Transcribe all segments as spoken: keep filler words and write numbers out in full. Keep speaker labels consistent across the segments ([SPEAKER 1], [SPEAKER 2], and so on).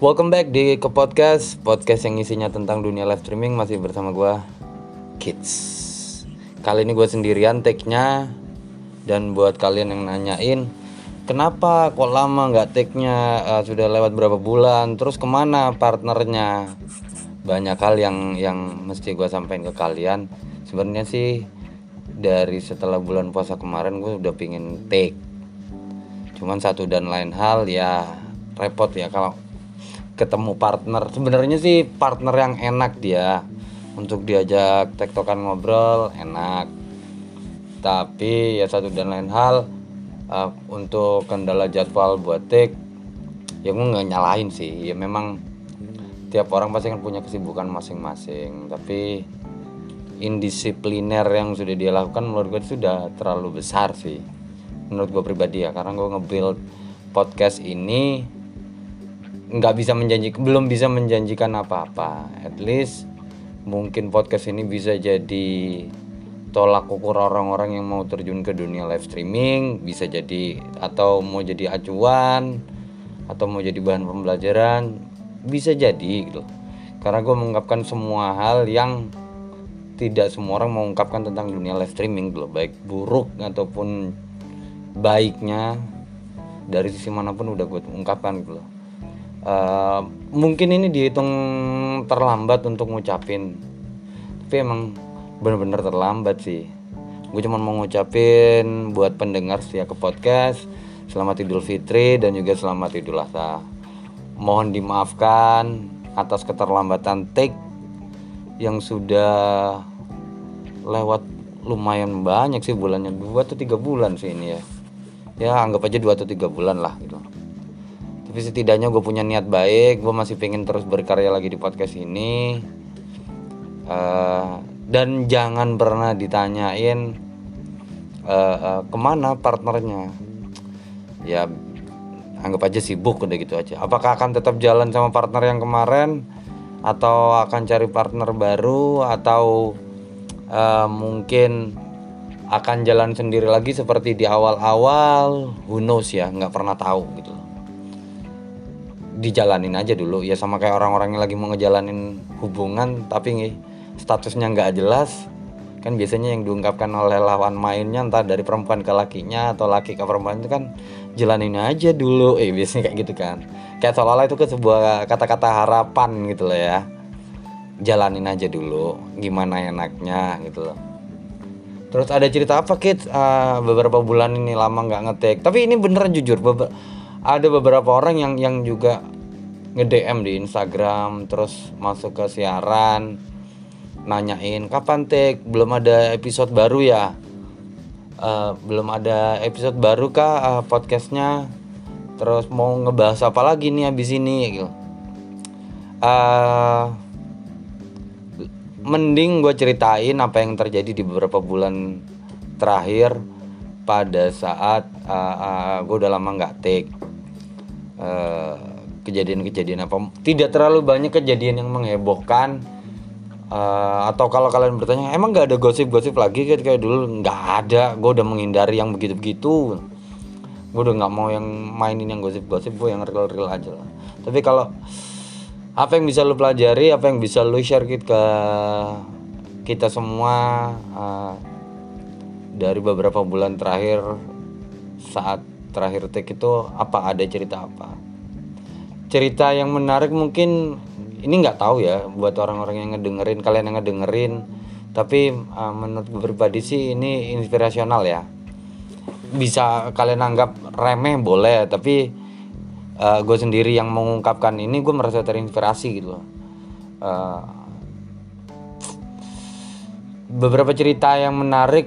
[SPEAKER 1] Welcome back di ke podcast Podcast yang isinya tentang dunia live streaming. Masih bersama gue, Kids. Kali ini gue sendirian take-nya. Dan buat kalian yang nanyain, kenapa kok lama gak take-nya, uh, sudah lewat berapa bulan, terus kemana partnernya? Banyak hal yang yang mesti gue sampaikan ke kalian. Sebenarnya sih dari setelah bulan puasa kemarin gue udah pingin take. Cuman satu dan lain hal ya repot ya kalau ketemu partner. Sebenarnya sih partner yang enak dia untuk diajak tektokan ngobrol enak, tapi ya satu dan lain hal uh, untuk kendala jadwal buat take ya gue nggak nyalahin sih. Ya memang tiap orang pasti kan punya kesibukan masing-masing, tapi indisipliner yang sudah dia lakukan menurut gue sudah terlalu besar sih menurut gue pribadi ya. Karena gue nge-build podcast ini nggak bisa menjanjikan, belum bisa menjanjikan apa-apa. At least mungkin podcast ini bisa jadi tolak ukur orang-orang yang mau terjun ke dunia live streaming, bisa jadi, atau mau jadi acuan, atau mau jadi bahan pembelajaran, bisa jadi gitu. Karena gue mengungkapkan semua hal yang tidak semua orang mengungkapkan tentang dunia live streaming gitu, baik buruk ataupun baiknya dari sisi manapun udah gue ungkapkan gitu loh. Uh, mungkin ini dihitung terlambat untuk ngucapin, tapi emang benar-benar terlambat sih. Gue cuma mau ngucapin buat pendengar setia ke podcast, selamat Idul Fitri dan juga selamat Idul Adha. Mohon dimaafkan atas keterlambatan take yang sudah lewat lumayan banyak sih bulannya, dua atau tiga bulan sih ini ya. Ya anggap aja dua atau tiga bulan lah gitu. Tapi setidaknya gue punya niat baik, gue masih pengen terus berkarya lagi di podcast ini. Uh, dan jangan pernah ditanyain uh, uh, kemana partnernya. Ya anggap aja sibuk udah gitu aja. Apakah akan tetap jalan sama partner yang kemarin, atau akan cari partner baru, atau uh, mungkin akan jalan sendiri lagi seperti di awal-awal? Who knows ya, nggak pernah tahu gitu. Dijalanin aja dulu ya, sama kayak orang-orang yang lagi mau ngejalanin hubungan tapi nih statusnya nggak jelas kan, biasanya yang diungkapkan oleh lawan mainnya entah dari perempuan ke lakinya atau laki ke perempuan itu kan, jalanin aja dulu eh biasanya kayak gitu kan, kayak seolah-olah itu ke sebuah kata-kata harapan gitu loh ya. Jalanin aja dulu gimana enaknya gitu loh. Terus ada cerita apa Kit, uh, beberapa bulan ini lama nggak ngetek, tapi ini beneran jujur beber- ada beberapa orang yang yang juga nge-D M di Instagram, terus masuk ke siaran, nanyain kapan take, belum ada episode baru ya, uh, belum ada episode baru kah uh, podcastnya, terus mau ngebahas apa lagi nih abis ini gitu. Uh, mending gue ceritain apa yang terjadi di beberapa bulan terakhir pada saat uh, uh, gue udah lama nggak take. Uh, kejadian-kejadian apa, tidak terlalu banyak kejadian yang menghebohkan, uh, atau kalau kalian bertanya emang nggak ada gosip-gosip lagi kayak kayak dulu, nggak ada. Gue udah menghindari yang begitu-begitu, gue udah nggak mau yang mainin yang gosip-gosip, gue yang real-real aja lah. Tapi kalau apa yang bisa lu pelajari, apa yang bisa lu share ke kita semua uh, dari beberapa bulan terakhir saat terakhir take itu, apa ada cerita apa? Cerita yang menarik mungkin ini nggak tahu ya buat orang-orang yang ngedengerin, kalian yang ngedengerin, tapi uh, menurut gue pribadi sih ini inspirasional ya. Bisa kalian anggap remeh boleh, tapi uh, gue sendiri yang mengungkapkan ini gue merasa terinspirasi gitu loh. Uh, beberapa cerita yang menarik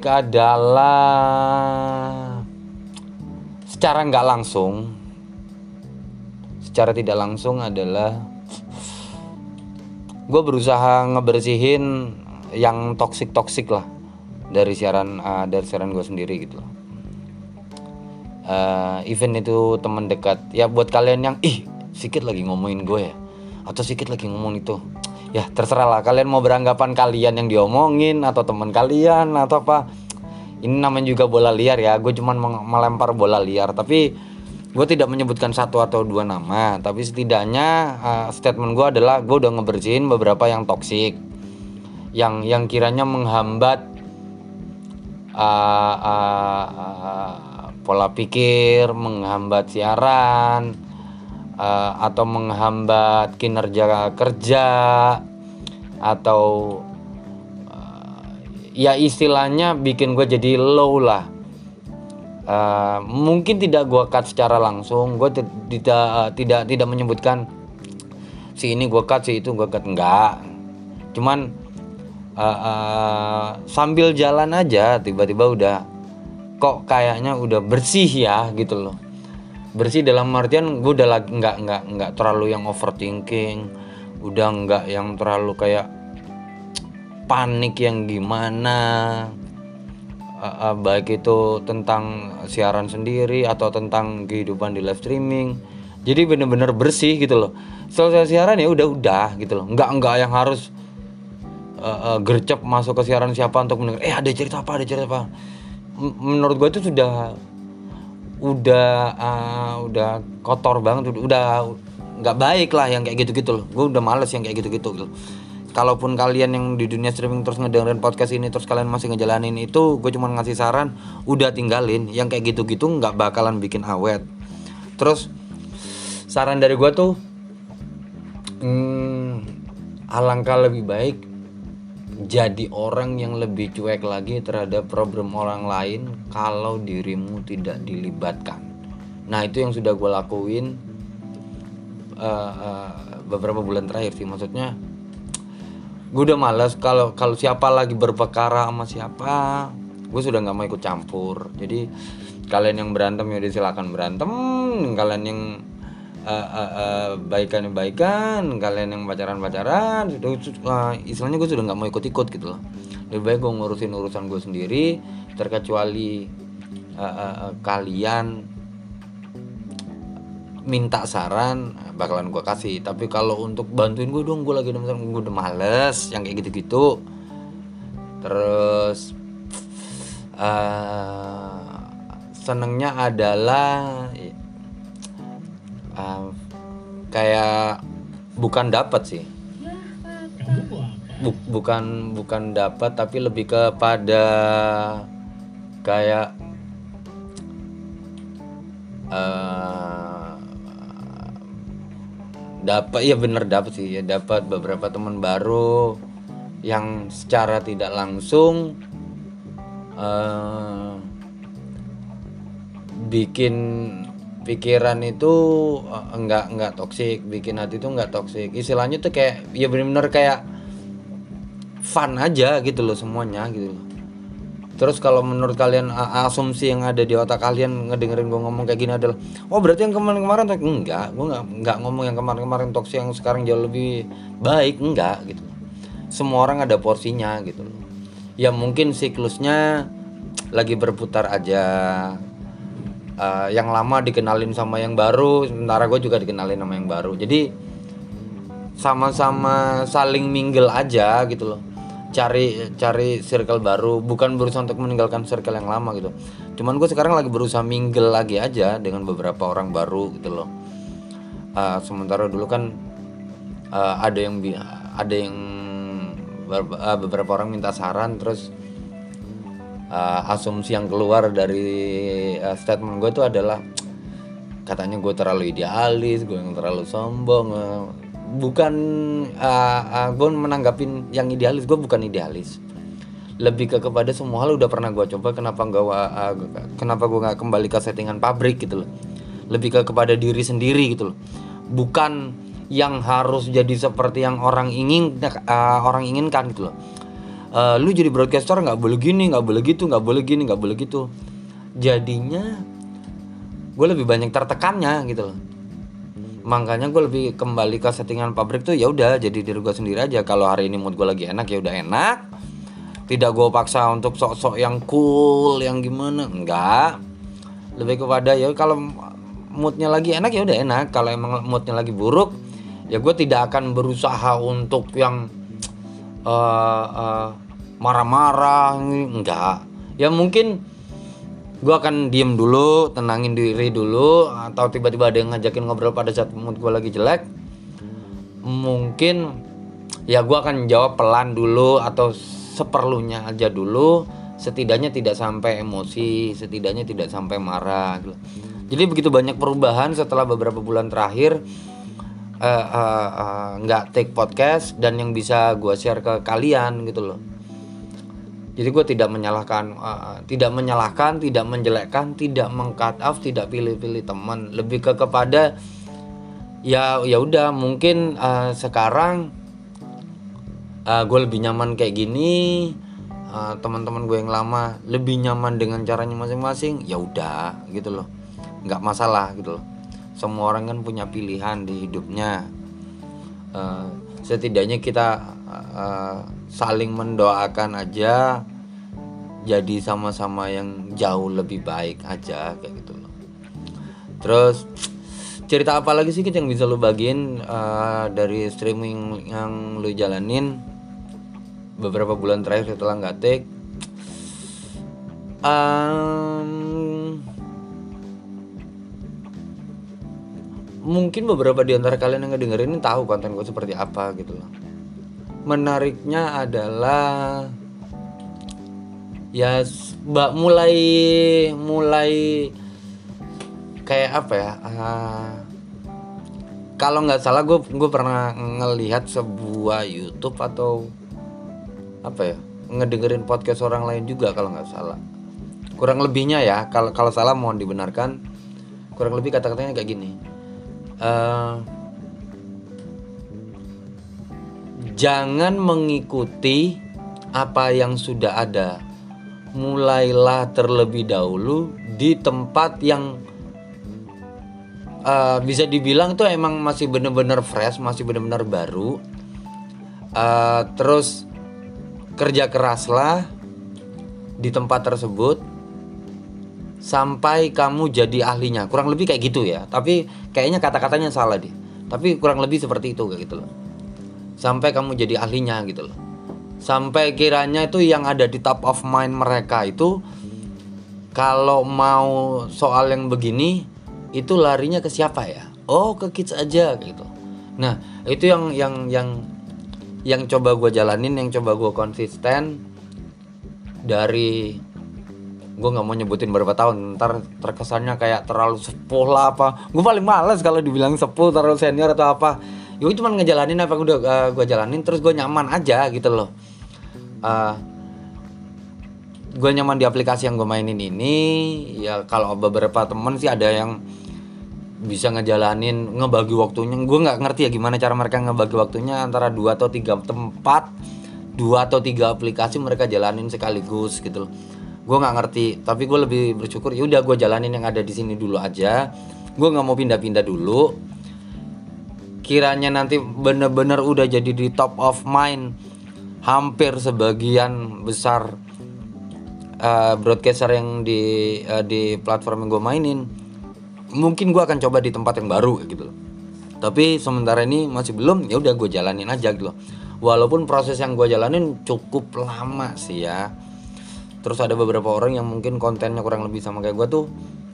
[SPEAKER 1] adalah secara nggak langsung, secara tidak langsung adalah gue berusaha ngebersihin yang toksik-toksik lah dari siaran uh, dari siaran gue sendiri gitu loh. Uh, even itu teman dekat ya, buat kalian yang ih sikit lagi ngomongin gue ya, atau sikit lagi ngomong itu ya, terserah lah kalian mau beranggapan kalian yang diomongin atau teman kalian atau apa. Ini namanya juga bola liar ya, gue cuman melempar bola liar, tapi gue tidak menyebutkan satu atau dua nama, tapi setidaknya uh, statement gue adalah gue udah ngebersihin beberapa yang toksik, yang yang kiranya menghambat uh, uh, uh, pola pikir, menghambat siaran, uh, atau menghambat kinerja kerja, atau uh, ya istilahnya bikin gue jadi low lah. Uh, mungkin tidak gue cut secara langsung, gue t- tidak uh, tidak tidak menyebutkan si ini gue cut, si itu gue cut, enggak. Cuman uh, uh, sambil jalan aja tiba-tiba udah kok kayaknya udah bersih ya gitu loh. Bersih dalam artian gue udah lagi nggak nggak nggak terlalu yang overthinking, udah nggak yang terlalu kayak panik yang gimana. Uh, uh, baik itu tentang siaran sendiri atau tentang kehidupan di live streaming. Jadi bener-bener bersih gitu loh. Selesai siaran ya udah udah gitu loh. Nggak nggak yang harus uh, uh, gercep masuk ke siaran siapa untuk mendengar. Eh ada cerita apa ada cerita apa. M- menurut gue itu sudah udah uh, udah kotor banget. Udah nggak baik lah yang kayak gitu-gitu loh. Gue udah males yang kayak gitu-gitu gitu. Kalaupun kalian yang di dunia streaming terus ngedengerin podcast ini terus kalian masih ngejalanin itu, gue cuma ngasih saran, udah tinggalin. Yang kayak gitu-gitu nggak bakalan bikin awet. Terus saran dari gue tuh, hmm, alangkah lebih baik jadi orang yang lebih cuek lagi terhadap problem orang lain kalau dirimu tidak dilibatkan. Nah itu yang sudah gue lakuin uh, uh, beberapa bulan terakhir sih, maksudnya. Gue udah malas kalau kalau siapa lagi berperkara sama siapa, gue sudah nggak mau ikut campur. Jadi kalian yang berantem ya udah silakan berantem, kalian yang uh, uh, uh, baikan baikan, kalian yang pacaran pacaran, uh, istilahnya gue sudah nggak mau ikut ikut gitu loh. Lebih baik gue ngurusin urusan gue sendiri, terkecuali uh, uh, uh, kalian minta saran bakalan gue kasih. Tapi kalau untuk bantuin gue dong, gue lagi gue udah males yang kayak gitu-gitu. Terus uh, senengnya adalah uh, kayak bukan dapat sih, Buk, bukan bukan dapat tapi lebih kepada kayak uh, dapat, ya bener dapat sih ya, dapat beberapa teman baru yang secara tidak langsung uh, bikin pikiran itu uh, enggak enggak toksik, bikin hati itu enggak toksik. Istilahnya tuh kayak ya bener-bener kayak fun aja gitu loh semuanya gitu loh. Terus kalau menurut kalian asumsi yang ada di otak kalian ngedengerin gue ngomong kayak gini adalah, oh berarti yang kemarin-kemarin enggak, gue nggak nggak ngomong yang kemarin-kemarin toksik yang sekarang jauh lebih baik, enggak gitu. Semua orang ada porsinya gitu loh. Ya mungkin siklusnya lagi berputar aja. Uh, yang lama dikenalin sama yang baru, sementara gue juga dikenalin sama yang baru. Jadi sama-sama saling mingle aja gitu loh. cari cari circle baru, bukan berusaha untuk meninggalkan circle yang lama gitu. Cuman gue sekarang lagi berusaha mingle lagi aja dengan beberapa orang baru gitu loh. Uh, sementara dulu kan uh, ada yang ada yang uh, beberapa orang minta saran, terus uh, asumsi yang keluar dari uh, statement gue itu adalah katanya gue terlalu idealis, gue yang terlalu sombong. Uh, bukan uh, uh, gue menanggapin yang idealis, gue bukan idealis, lebih ke kepada semua hal udah pernah gue coba, kenapa nggak uh, kenapa gue nggak kembali ke settingan pabrik gitu loh, lebih ke kepada diri sendiri gitu loh, bukan yang harus jadi seperti yang orang ingin uh, orang inginkan gitu loh. Uh, lu jadi broadcaster nggak boleh gini, nggak boleh gitu, nggak boleh gini, nggak boleh gitu, jadinya gue lebih banyak tertekannya gitu loh. Makanya gue lebih kembali ke settingan pabrik tuh, ya udah jadi diri gue sendiri aja. Kalau hari ini mood gue lagi enak ya udah enak, tidak gue paksa untuk sok-sok yang cool yang gimana, enggak. Lebih kepada ya kalau moodnya lagi enak ya udah enak, kalau emang moodnya lagi buruk ya gue tidak akan berusaha untuk yang uh, uh, marah-marah, enggak. Ya mungkin gue akan diem dulu, tenangin diri dulu, atau tiba-tiba ada yang ngajakin ngobrol pada saat mood gue lagi jelek, mungkin ya gue akan jawab pelan dulu atau seperlunya aja dulu, setidaknya tidak sampai emosi, setidaknya tidak sampai marah gitu. Jadi begitu banyak perubahan setelah beberapa bulan terakhir uh, uh, uh, nggak take podcast, dan yang bisa gue share ke kalian gitu loh. Jadi gue tidak menyalahkan, uh, tidak menyalahkan, tidak menjelekkan, tidak meng-cut off, tidak pilih-pilih teman, lebih ke kepada ya ya udah mungkin uh, sekarang uh, gue lebih nyaman kayak gini, uh, teman-teman gue yang lama lebih nyaman dengan caranya masing-masing, ya udah gitu loh, nggak masalah gitu loh. Semua orang kan punya pilihan di hidupnya. Uh, setidaknya kita uh, saling mendoakan aja, jadi sama-sama yang jauh lebih baik aja kayak gitu loh. Terus cerita apa lagi sih yang bisa lo bagiin uh, dari streaming yang lo jalanin beberapa bulan terakhir setelah nggak take? Um, mungkin beberapa di antara kalian yang ngedengerin ini tahu konten gue seperti apa gitu loh. Menariknya adalah ya mbak mulai mulai kayak apa ya? Uh, kalau nggak salah gue gue pernah ngelihat sebuah YouTube atau apa ya, ngedengerin podcast orang lain juga kalau nggak salah. Kurang lebihnya ya, kalau kalau salah mohon dibenarkan. Kurang lebih kata-katanya kayak gini. Uh, jangan mengikuti apa yang sudah ada. Mulailah terlebih dahulu di tempat yang Uh, bisa dibilang tuh emang masih bener-bener fresh, masih bener-bener baru. Uh, terus kerja keraslah di tempat tersebut sampai kamu jadi ahlinya. Kurang lebih kayak gitu ya. Tapi kayaknya kata-katanya salah deh. Tapi kurang lebih seperti itu kayak gitu loh. Sampai kamu jadi ahlinya gitu loh. Sampai kiranya itu yang ada di top of mind mereka itu, kalau mau soal yang begini itu larinya ke siapa ya? Oh, ke Kids aja gitu. Nah, itu yang yang yang yang coba gue jalanin, yang coba gue konsisten dari, gue nggak mau nyebutin berapa tahun, ntar terkesannya kayak terlalu sepuh lah apa. Gue paling males kalau dibilang sepuh, terlalu senior atau apa. Ya gue cuma ngejalanin apa udah uh, gue jalanin, terus gue nyaman aja gitu loh. Uh, gue nyaman di aplikasi yang gue mainin ini. Ya kalau beberapa temen sih ada yang bisa ngejalanin, ngebagi waktunya. Gue nggak ngerti ya gimana cara mereka ngebagi waktunya antara dua atau tiga tempat, dua atau tiga aplikasi mereka jalanin sekaligus gitu loh. Gue nggak ngerti, tapi gue lebih bersyukur ya udah gue jalanin yang ada di sini dulu aja. Gue nggak mau pindah-pindah dulu. Kiranya nanti bener-bener udah jadi di top of mind hampir sebagian besar uh, broadcaster yang di uh, di platform yang gue mainin, mungkin gue akan coba di tempat yang baru gitu loh. Tapi sementara ini masih belum, ya udah gue jalanin aja gitu loh. Walaupun proses yang gue jalanin cukup lama sih ya. Terus ada beberapa orang yang mungkin kontennya kurang lebih sama kayak gue tuh.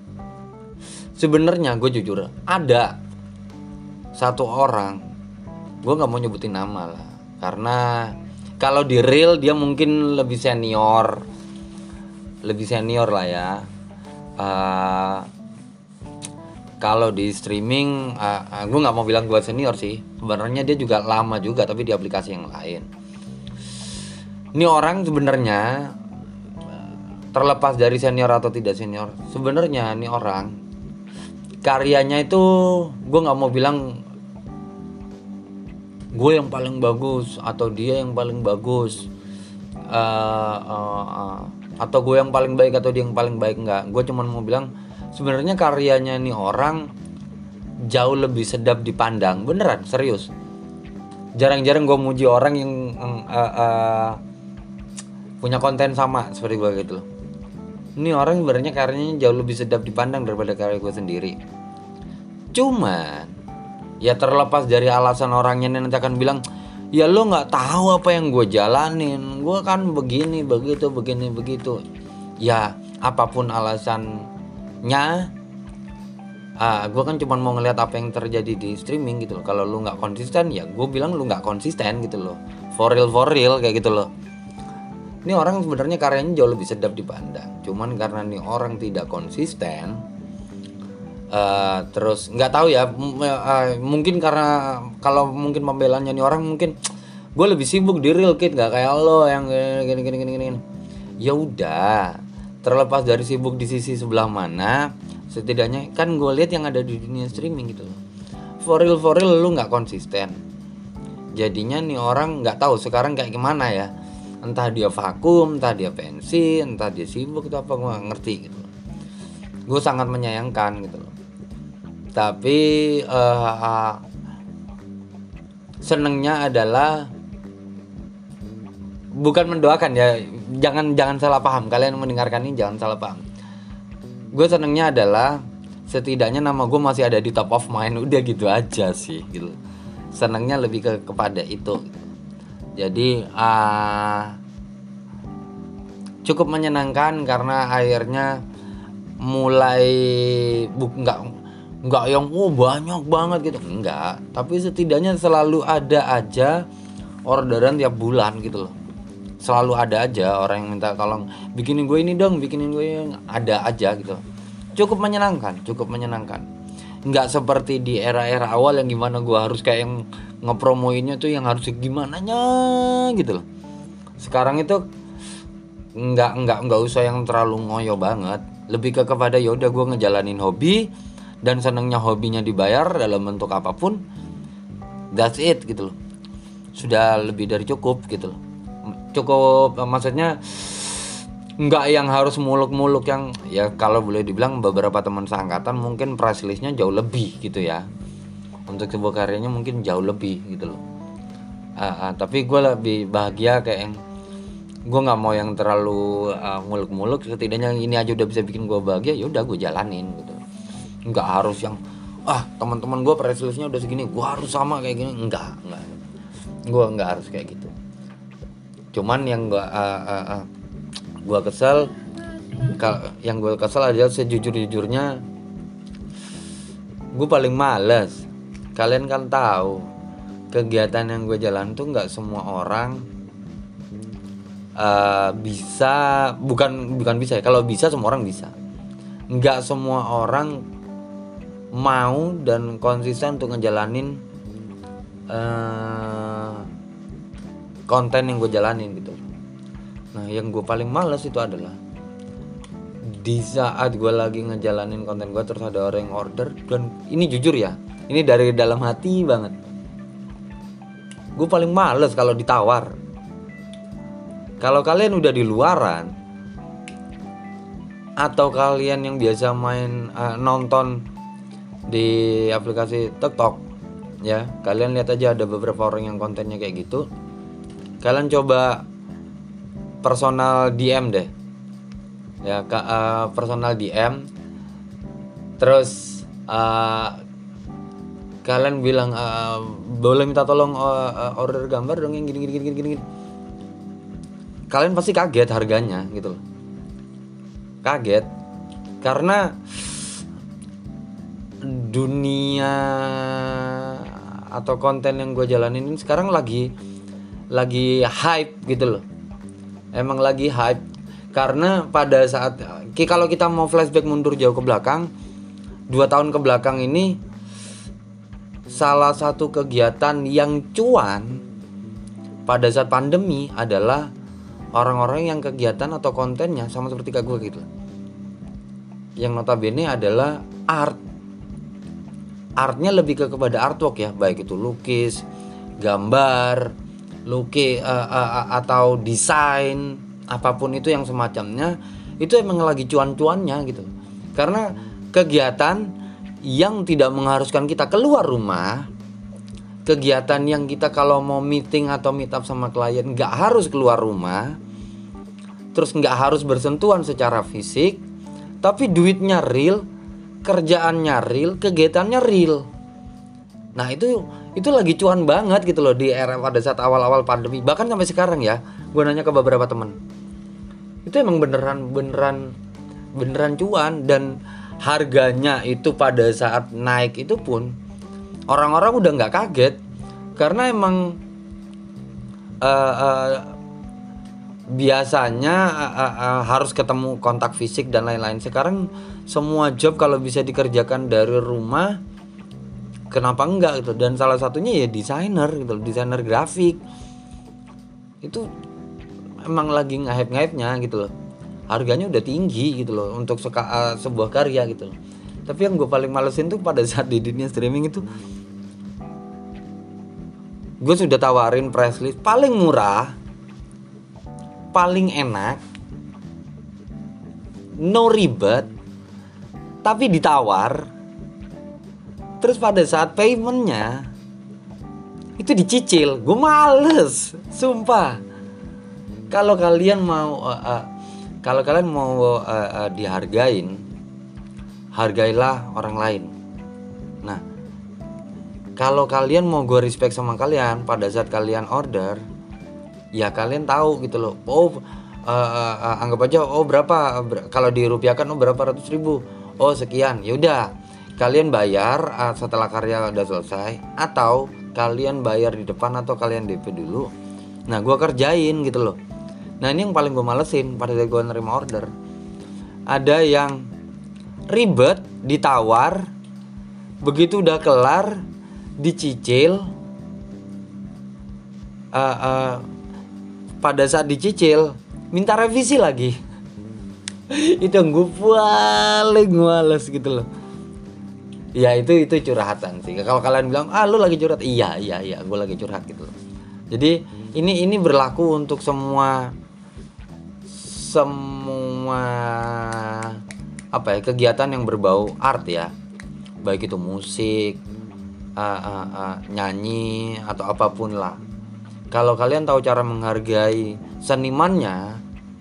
[SPEAKER 1] Sebenarnya gue jujur, ada satu orang, gue nggak mau nyebutin nama lah, karena kalau di real dia mungkin lebih senior, lebih senior lah ya. Uh, Kalau di streaming, uh, uh, gue nggak mau bilang gue senior sih. Sebenarnya dia juga lama juga, tapi di aplikasi yang lain. Ini orang sebenarnya terlepas dari senior atau tidak senior, sebenarnya ini orang karyanya itu gue nggak mau bilang gue yang paling bagus atau dia yang paling bagus, uh, uh, uh, atau gue yang paling baik atau dia yang paling baik, nggak. Gue cuma mau bilang sebenarnya karyanya nih orang jauh lebih sedap dipandang, beneran serius. Jarang-jarang gue muji orang yang uh, uh, punya konten sama seperti gue gitu loh. Ini orang sebenarnya karyanya jauh lebih sedap dipandang daripada karya gue sendiri. Cuman ya terlepas dari alasan orangnya nanti akan bilang, ya lo nggak tahu apa yang gue jalanin, gue kan begini begitu begini begitu. Ya apapun alasannya, ah gue kan cuma mau ngeliat apa yang terjadi di streaming gitu loh. Kalau lu nggak konsisten, ya gue bilang lu nggak konsisten gitu loh. For real for real kayak gitu loh. Ini orang sebenarnya karyanya jauh lebih sedap dipandang, cuman karena nih orang tidak konsisten, uh, terus nggak tahu ya, m- uh, mungkin karena kalau mungkin pembelaannya nih orang mungkin gue lebih sibuk di real kid, nggak kayak lo yang gini gini gini gini. Ya udah, terlepas dari sibuk di sisi sebelah mana, setidaknya kan gue lihat yang ada di dunia streaming gitu loh. For real for real lu nggak konsisten, jadinya nih orang nggak tahu sekarang kayak gimana ya. Entah dia vakum, entah dia pensi, entah dia sibuk atau apa, gue gak ngerti gitu loh. Gue sangat menyayangkan gitu loh. Tapi uh, senengnya adalah bukan mendoakan ya, jangan jangan salah paham, kalian mendengarkan ini jangan salah paham. Gue senengnya adalah setidaknya nama gue masih ada di top of mind, udah gitu aja sih gitu. Senengnya lebih ke kepada itu gitu. Jadi uh, cukup menyenangkan karena akhirnya mulai buk nggak nggak yang oh banyak banget gitu, enggak, tapi setidaknya selalu ada aja orderan tiap bulan gitu loh. Selalu ada aja orang yang minta tolong bikinin gue ini dong, bikinin gue yang ada aja gitu. Cukup menyenangkan, cukup menyenangkan. Nggak seperti di era-era awal yang gimana gue harus kayak yang ngepromoinnya tuh yang harus gimana nya gitu loh. Sekarang itu nggak nggak nggak usah yang terlalu ngoyo banget, lebih ke kepada ya udah gue ngejalanin hobi dan senengnya hobinya dibayar dalam bentuk apapun, that's it gitu loh. Sudah lebih dari cukup gitu loh. Cukup maksudnya nggak yang harus muluk-muluk yang ya kalau boleh dibilang beberapa teman seangkatan mungkin price listnya jauh lebih gitu ya. Untuk sebuah karyanya mungkin jauh lebih gitu loh. Uh, uh, tapi gue lebih bahagia kayak yang gue nggak mau yang terlalu uh, muluk-muluk. Setidaknya ini aja udah bisa bikin gue bahagia, ya udah gue jalanin gitu. Nggak harus yang ah teman-teman gue price listnya udah segini, gue harus sama kayak gini. Enggak, enggak. Gue nggak harus kayak gitu. Cuman yang gue uh, uh, uh, gue kesel, yang gue kesel adalah sejujur-jujurnya gue paling malas. Kalian kan tahu kegiatan yang gue jalan tuh nggak semua orang uh, bisa, bukan bukan bisa ya. Kalau bisa semua orang bisa. Nggak semua orang mau dan konsisten untuk ngejalanin uh, konten yang gue jalanin gitu. Nah yang gue paling males itu adalah di saat gue lagi ngejalanin konten gue terus ada orang yang order, dan ini jujur ya, ini dari dalam hati banget, gue paling males kalau ditawar. Kalau kalian udah di luaran atau kalian yang biasa main uh, nonton di aplikasi TikTok ya, kalian lihat aja ada beberapa orang yang kontennya kayak gitu. Kalian coba personal D M deh ya, ke uh, personal D M, terus uh, kalian bilang uh, boleh minta tolong uh, order gambar dong yang gini gini gini gini. Kalian pasti kaget harganya gitu loh. Kaget karena dunia atau konten yang gue jalanin ini sekarang lagi lagi hype gitu loh. Emang lagi hype karena pada saat kalau kita mau flashback mundur jauh ke belakang, dua tahun ke belakang ini, salah satu kegiatan yang cuan pada saat pandemi adalah orang-orang yang kegiatan atau kontennya sama seperti kayak gue gitu, yang notabene adalah art. Artnya lebih ke kepada artwork ya, baik itu lukis, gambar, lukis uh, uh, atau desain, apapun itu yang semacamnya, itu emang lagi cuan-cuannya gitu. Karena kegiatan yang tidak mengharuskan kita keluar rumah, kegiatan yang kita kalau mau meeting atau meet up sama klien nggak harus keluar rumah, terus nggak harus bersentuhan secara fisik, tapi duitnya real, kerjaannya real, kegiatannya real. Nah itu itu lagi cuan banget gitu loh di era pada saat awal-awal pandemi. Bahkan sampai sekarang ya, gue nanya ke beberapa teman, itu emang beneran beneran beneran cuan. Dan harganya itu pada saat naik itu pun orang-orang udah nggak kaget, karena emang uh, uh, biasanya uh, uh, uh, harus ketemu kontak fisik dan lain-lain. Sekarang semua job kalau bisa dikerjakan dari rumah, kenapa enggak gitu. Dan salah satunya ya desainer gitu, desainer grafik itu emang lagi nge-hype-nge-hype-nya gitu loh. Harganya udah tinggi gitu loh untuk seka, uh, sebuah karya gitu loh. Tapi yang gue paling malesin tuh pada saat di dunia streaming itu, gue sudah tawarin price list paling murah, paling enak, no ribet, tapi ditawar. Terus pada saat paymentnya itu dicicil. Gue males, sumpah. Kalau kalian mau uh, uh, kalau kalian mau uh, uh, dihargain, hargailah orang lain. Nah, kalau kalian mau gue respect sama kalian pada saat kalian order, ya kalian tahu gitu loh. Oh, uh, uh, uh, anggap aja oh berapa, ber- kalau dirupiahkan oh berapa ratus ribu. Oh sekian. Ya udah, kalian bayar uh, setelah karya udah selesai, atau kalian bayar di depan, atau kalian D P dulu. Nah, gue kerjain gitu loh. Nah, ini yang paling gue malesin pada saat gue nerima order. Ada yang ribet, ditawar, begitu udah kelar, dicicil. Uh, uh, pada saat dicicil, minta revisi lagi. Itu yang gue paling males gitu loh. Ya itu itu curhatan sih. Kalau kalian bilang ah lu lagi curhat, iya iya iya gue lagi curhat gitu loh. Jadi ini ini berlaku untuk semua semua apa ya, kegiatan yang berbau art ya, baik itu musik, uh, uh, uh, nyanyi atau apapun lah. Kalau kalian tahu cara menghargai senimannya,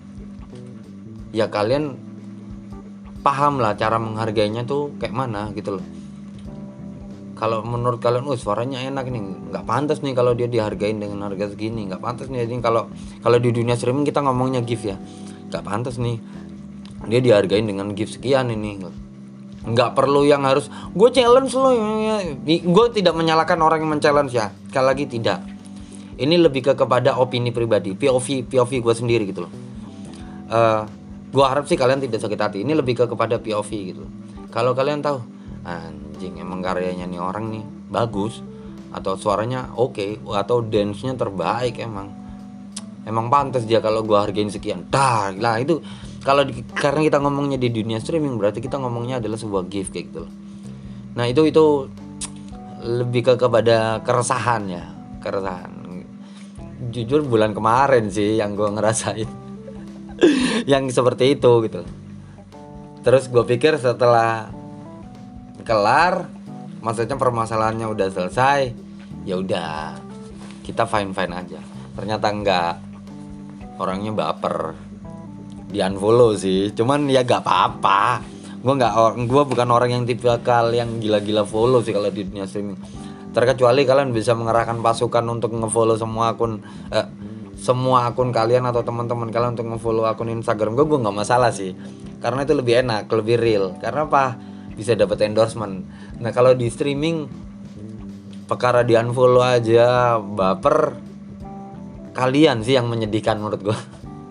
[SPEAKER 1] ya kalian paham lah cara menghargainya tuh kayak mana gitu loh. Kalau menurut kalian, oh suaranya enak nih, nggak pantas nih kalau dia dihargain dengan harga segini, nggak pantas nih. Jadi kalau kalau di dunia streaming kita ngomongnya gift ya, nggak pantas nih dia dihargain dengan gift sekian ini. Nggak perlu yang harus gue challenge lo ya. Gue tidak menyalahkan orang yang men-challenge ya, sekali lagi tidak. Ini lebih ke kepada opini pribadi, P O V P O V gue sendiri gitu loh. Uh, gue harap sih kalian tidak sakit hati. Ini lebih ke kepada P O V gitu. Kalau kalian tahu, anjing emang karyanya nih orang nih bagus, atau suaranya oke, okay, atau dance-nya terbaik, emang emang pantas dia kalau gue hargain sekian. Dah, lah itu kalau di, karena kita ngomongnya di dunia streaming, berarti kita ngomongnya adalah sebuah gift kayak gitu loh. Nah itu itu lebih ke kepada keresahan ya, keresahan. Jujur bulan kemarin sih yang gue ngerasain yang seperti itu gitu. Terus gue pikir setelah kelar, maksudnya permasalahannya udah selesai, ya udah kita fine fine aja. Ternyata enggak, orangnya baper, di unfollow sih. Cuman ya gak apa-apa. Gue nggak, gue bukan orang yang tipikal yang gila-gila follow sih kalau di dunia streaming. Terkecuali kalian bisa mengerahkan pasukan untuk ngefollow semua akun, eh, semua akun kalian atau teman-teman kalian untuk ngefollow akun Instagram gue, gue nggak masalah sih. Karena itu lebih enak, lebih real. Karena apa? Bisa dapat endorsement. Nah kalau di streaming, perkara di unfollow aja baper, kalian sih yang menyedihkan menurut gue.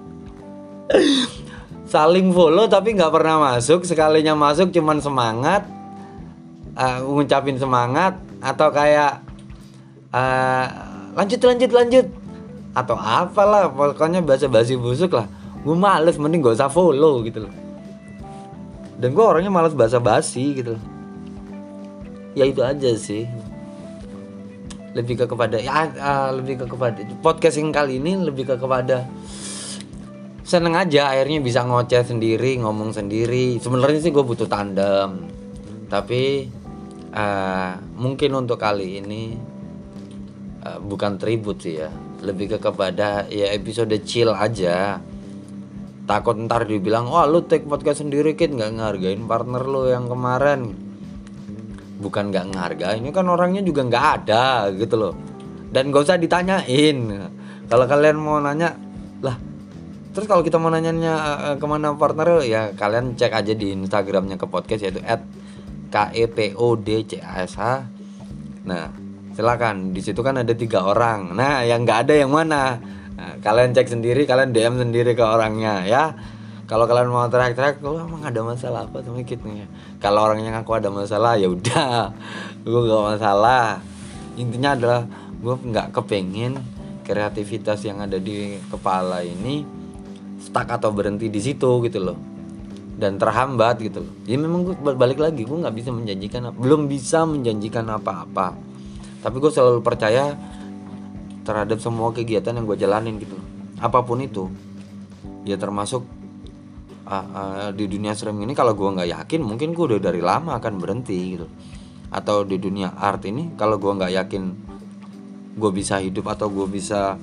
[SPEAKER 1] Saling follow tapi nggak pernah masuk, sekalinya masuk cuman semangat, uh, ngucapin semangat, atau kayak uh, lanjut lanjut lanjut atau apalah, pokoknya basa-basi busuk lah. Gue males, mending gak usah follow gitu loh. Dan gue orangnya males basa-basi gitu loh. Ya itu aja sih. Lebih ke kepada ya uh, lebih ke kepada podcast yang kali ini lebih ke kepada seneng aja akhirnya bisa ngoceh sendiri, ngomong sendiri. Sebenarnya sih gue butuh tandem, tapi uh, mungkin untuk kali ini uh, bukan tribut sih ya, lebih ke kepada ya episode chill aja. Takut ntar dibilang, wah lu take podcast sendiri Kit, nggak ngehargain partner lu yang kemarin. Bukan nggak ngehargain, ini kan orangnya juga nggak ada gitu loh. Dan gak usah ditanyain. Kalau kalian mau nanya, lah Terus kalau kita mau nanyanya uh, kemana partner, ya kalian cek aja di Instagramnya ke podcast, yaitu at k e p o d c a s h. Nah silakan, di situ kan ada tiga orang. Nah yang nggak ada yang mana? Nah, kalian cek sendiri, kalian D M sendiri ke orangnya ya. Kalau kalian mau teriak-teriak, lu emang ada masalah apa sama kitnya? Kalau orangnya ngaku ada masalah, ya udah, gue gak masalah. Intinya adalah gue nggak kepengen kreativitas yang ada di kepala ini stuck atau berhenti di situ gitu loh, dan terhambat gitu loh. Ya memang gue balik lagi, gue nggak bisa menjanjikan, belum bisa menjanjikan apa-apa, tapi gue selalu percaya terhadap semua kegiatan yang gue jalanin gitu loh, apapun itu. Ya termasuk uh, uh, di dunia streaming ini, kalau gue nggak yakin mungkin gue udah dari lama akan berhenti gitu. Atau di dunia art ini, kalau gue nggak yakin gue bisa hidup atau gue bisa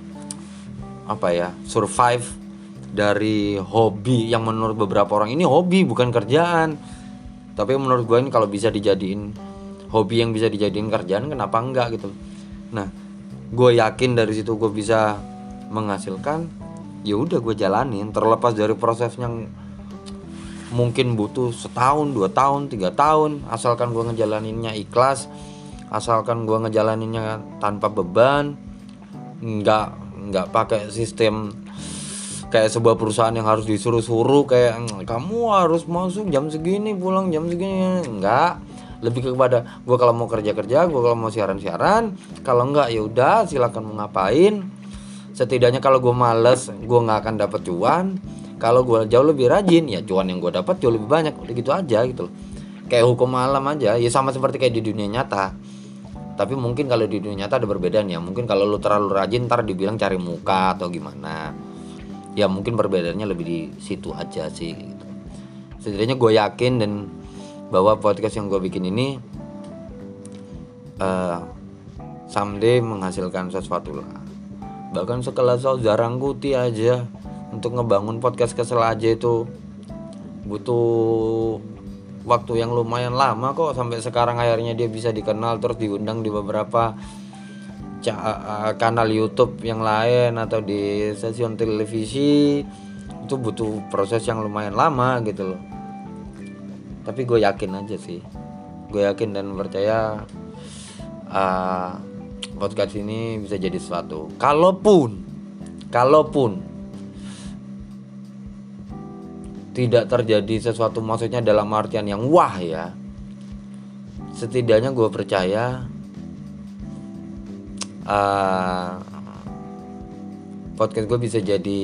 [SPEAKER 1] apa ya survive dari hobi yang menurut beberapa orang ini hobi bukan kerjaan, tapi menurut gue ini kalau bisa dijadiin hobi yang bisa dijadiin kerjaan, kenapa enggak gitu. Nah gue yakin dari situ gue bisa menghasilkan, ya udah gue jalanin, terlepas dari proses yang mungkin butuh setahun, dua tahun, tiga tahun, asalkan gue ngejalaninnya ikhlas, asalkan gue ngejalaninnya tanpa beban, nggak nggak pakai sistem kayak sebuah perusahaan yang harus disuruh-suruh, kayak kamu harus masuk jam segini, pulang jam segini. Enggak, lebih kepada gue kalau mau kerja-kerja, gue kalau mau siaran-siaran, kalau enggak ya udah silakan mau ngapain. Setidaknya kalau gue males, gue nggak akan dapat cuan. Kalau gue jauh lebih rajin, ya cuan yang gue dapat jauh lebih banyak. Udah gitu aja gitu loh. Kayak hukum alam aja, ya sama seperti kayak di dunia nyata. Tapi mungkin kalau di dunia nyata ada perbedaan ya. Mungkin kalau lu terlalu rajin ntar dibilang cari muka atau gimana. Ya mungkin perbedaannya lebih di situ aja sih gitu. Setidaknya gue yakin dan bahwa podcast yang gue bikin ini uh, someday menghasilkan sesuatu lah. Bahkan sekelas Zarangkuti aja untuk ngebangun podcast kesel aja itu butuh waktu yang lumayan lama kok, sampai sekarang akhirnya dia bisa dikenal terus diundang di beberapa kanal YouTube yang lain atau di stasiun televisi. Itu butuh proses yang lumayan lama gitu loh. Tapi gue yakin aja sih, gue yakin dan percaya uh, podcast ini bisa jadi sesuatu. Kalaupun Kalaupun tidak terjadi sesuatu, maksudnya dalam artian yang wah ya, setidaknya gue percaya uh, podcast gue bisa jadi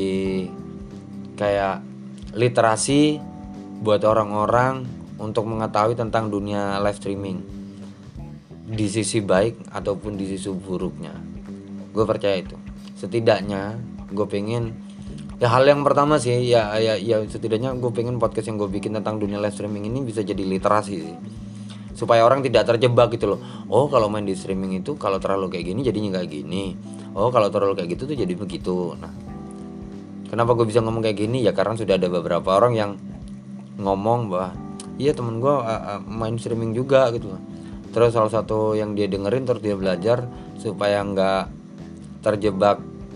[SPEAKER 1] kayak literasi buat orang-orang untuk mengetahui tentang dunia live streaming, di sisi baik ataupun di sisi buruknya. Gue percaya itu. Setidaknya gue pengen, ya hal yang pertama sih ya ya ya setidaknya gue pengen podcast yang gue bikin tentang dunia live streaming ini bisa jadi literasi sih, supaya orang tidak terjebak gitu loh. Oh kalau main di streaming itu kalau terlalu kayak gini jadinya kayak gini, oh kalau terlalu kayak gitu tuh jadi begitu. Nah kenapa gue bisa ngomong kayak gini ya, karena sudah ada beberapa orang yang ngomong bahwa iya temen gue uh, uh, main streaming juga gitu loh. Terus salah satu yang dia dengerin terus dia belajar supaya nggak terjebak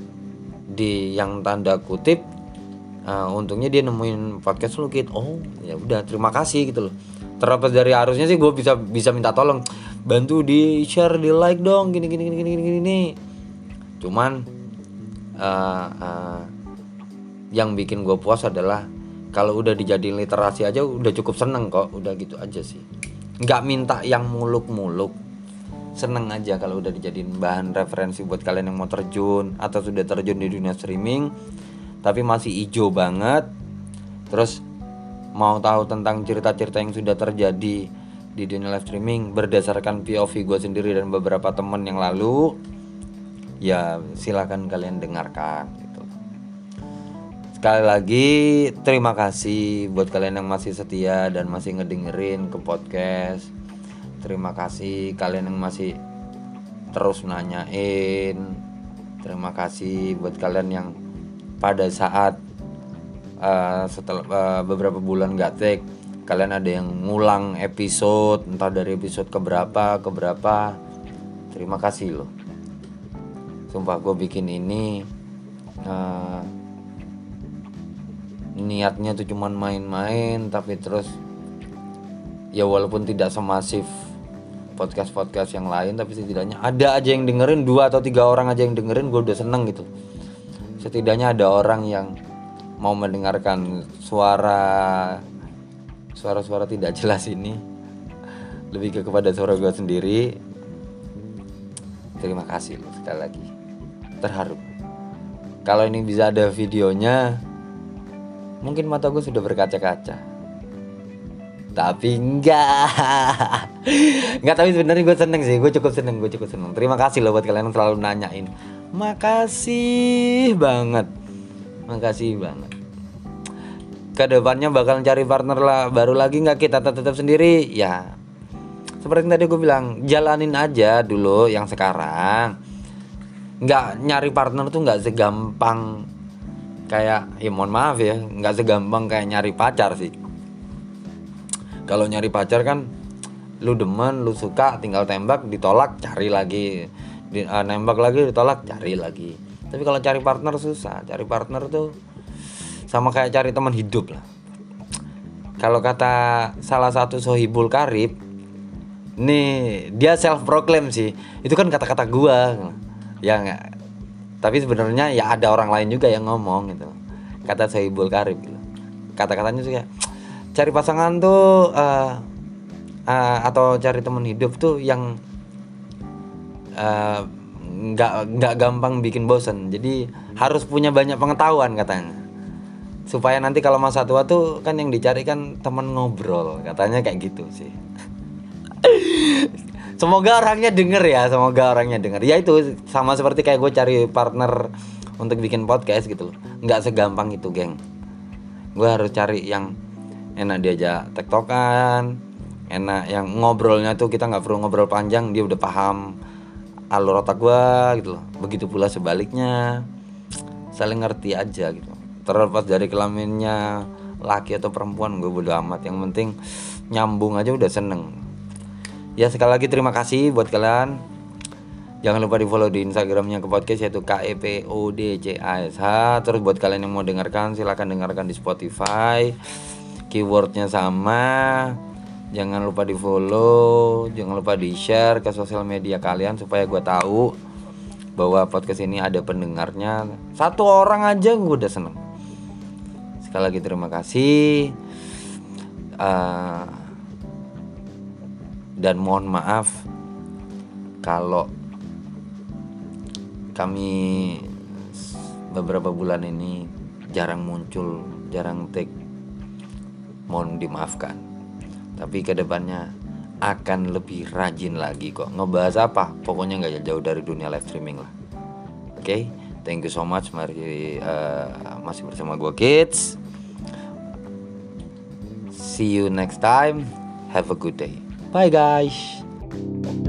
[SPEAKER 1] di yang tanda kutip uh, untungnya dia nemuin podcast lu Kit. Oh ya udah terima kasih gitu loh. Terlepas dari harusnya sih gue bisa bisa minta tolong bantu di share, di like dong gini gini gini gini gini. Cuman uh, uh, yang bikin gue puas adalah kalau udah dijadiin literasi aja udah cukup seneng kok, udah gitu aja sih. Nggak minta yang muluk-muluk, seneng aja kalau udah dijadiin bahan referensi buat kalian yang mau terjun atau sudah terjun di dunia streaming tapi masih hijau banget, terus mau tahu tentang cerita-cerita yang sudah terjadi di dunia live streaming berdasarkan P O V gue sendiri dan beberapa temen yang lalu, ya silakan kalian dengarkan gitu. Sekali lagi terima kasih buat kalian yang masih setia dan masih ngedengerin ke podcast. Terima kasih kalian yang masih terus nanyain. Terima kasih buat kalian yang pada saat uh, setelah uh, beberapa bulan gak take, kalian ada yang ngulang episode, entah dari episode keberapa keberapa. Terima kasih loh. Sumpah gue bikin ini uh, niatnya tuh cuman main-main, tapi terus ya walaupun tidak semasif podcast-podcast yang lain, tapi setidaknya ada aja yang dengerin, dua atau tiga orang aja yang dengerin, gue udah seneng gitu. Setidaknya ada orang yang mau mendengarkan suara suara-suara tidak jelas ini, lebih ke kepada suara gue sendiri. Terima kasih loh sekali lagi, terharu. Kalau ini bisa ada videonya, mungkin mata gue sudah berkaca-kaca. Tapi enggak Enggak, tapi sebenarnya gue seneng sih. Gue cukup seneng, gue cukup seneng. Terima kasih loh buat kalian yang selalu nanyain. Makasih banget. Makasih banget. Kedepannya bakal cari partner lah baru lagi nggak, kita tetap sendiri? Ya seperti yang tadi gue bilang, jalanin aja dulu yang sekarang. Nggak, nyari partner tuh nggak segampang kayak, ya mohon maaf ya, nggak segampang kayak nyari pacar sih. Kalau nyari pacar kan lu demen, lu suka, tinggal tembak, ditolak, cari lagi, Di, uh, nembak lagi, ditolak, cari lagi. Tapi kalau cari partner susah. Cari partner tuh sama kayak cari teman hidup lah. Kalau kata salah satu sohibul karib, nih dia self proclaim sih, itu kan kata-kata gua ya nggak. Tapi sebenarnya ya ada orang lain juga yang ngomong gitu. Kata sohibul karib gitu. Kata-katanya tuh kayak, cari pasangan tuh uh, uh, atau cari teman hidup tuh yang nggak uh, nggak gampang bikin bosen. Jadi harus punya banyak pengetahuan katanya, supaya nanti kalau masa tua tuh kan yang dicari kan teman ngobrol, katanya kayak gitu sih. Semoga orangnya denger ya, semoga orangnya denger. Ya itu sama seperti kayak gue cari partner untuk bikin podcast gitu loh. Nggak segampang itu, geng. Gue harus cari yang enak diajak tektokan, enak yang ngobrolnya tuh kita nggak perlu ngobrol panjang, dia udah paham alur otak gua gitu loh. Begitu pula sebaliknya, saling ngerti aja gitu. Terlepas dari kelaminnya laki atau perempuan, gue bodo amat, yang penting nyambung aja udah seneng. Ya sekali lagi terima kasih buat kalian. Jangan lupa di follow di Instagramnya ke podcast, yaitu K E P O D C A S H. Terus buat kalian yang mau dengarkan, silakan dengarkan di Spotify. Keywordnya sama. Jangan lupa di follow, jangan lupa di share ke sosial media kalian supaya gue tahu bahwa podcast ini ada pendengarnya. Satu orang aja gue udah seneng. Sekali lagi terima kasih. uh, Dan mohon maaf kalau kami beberapa bulan ini jarang muncul, jarang take. Mohon dimaafkan. Tapi kedepannya akan lebih rajin lagi kok. Ngebahas apa? Pokoknya gak jauh dari dunia live streaming lah. Oke, okay? Thank you so much. Mari uh, masih bersama gue Kids. See you next time. Have a good day. Bye guys.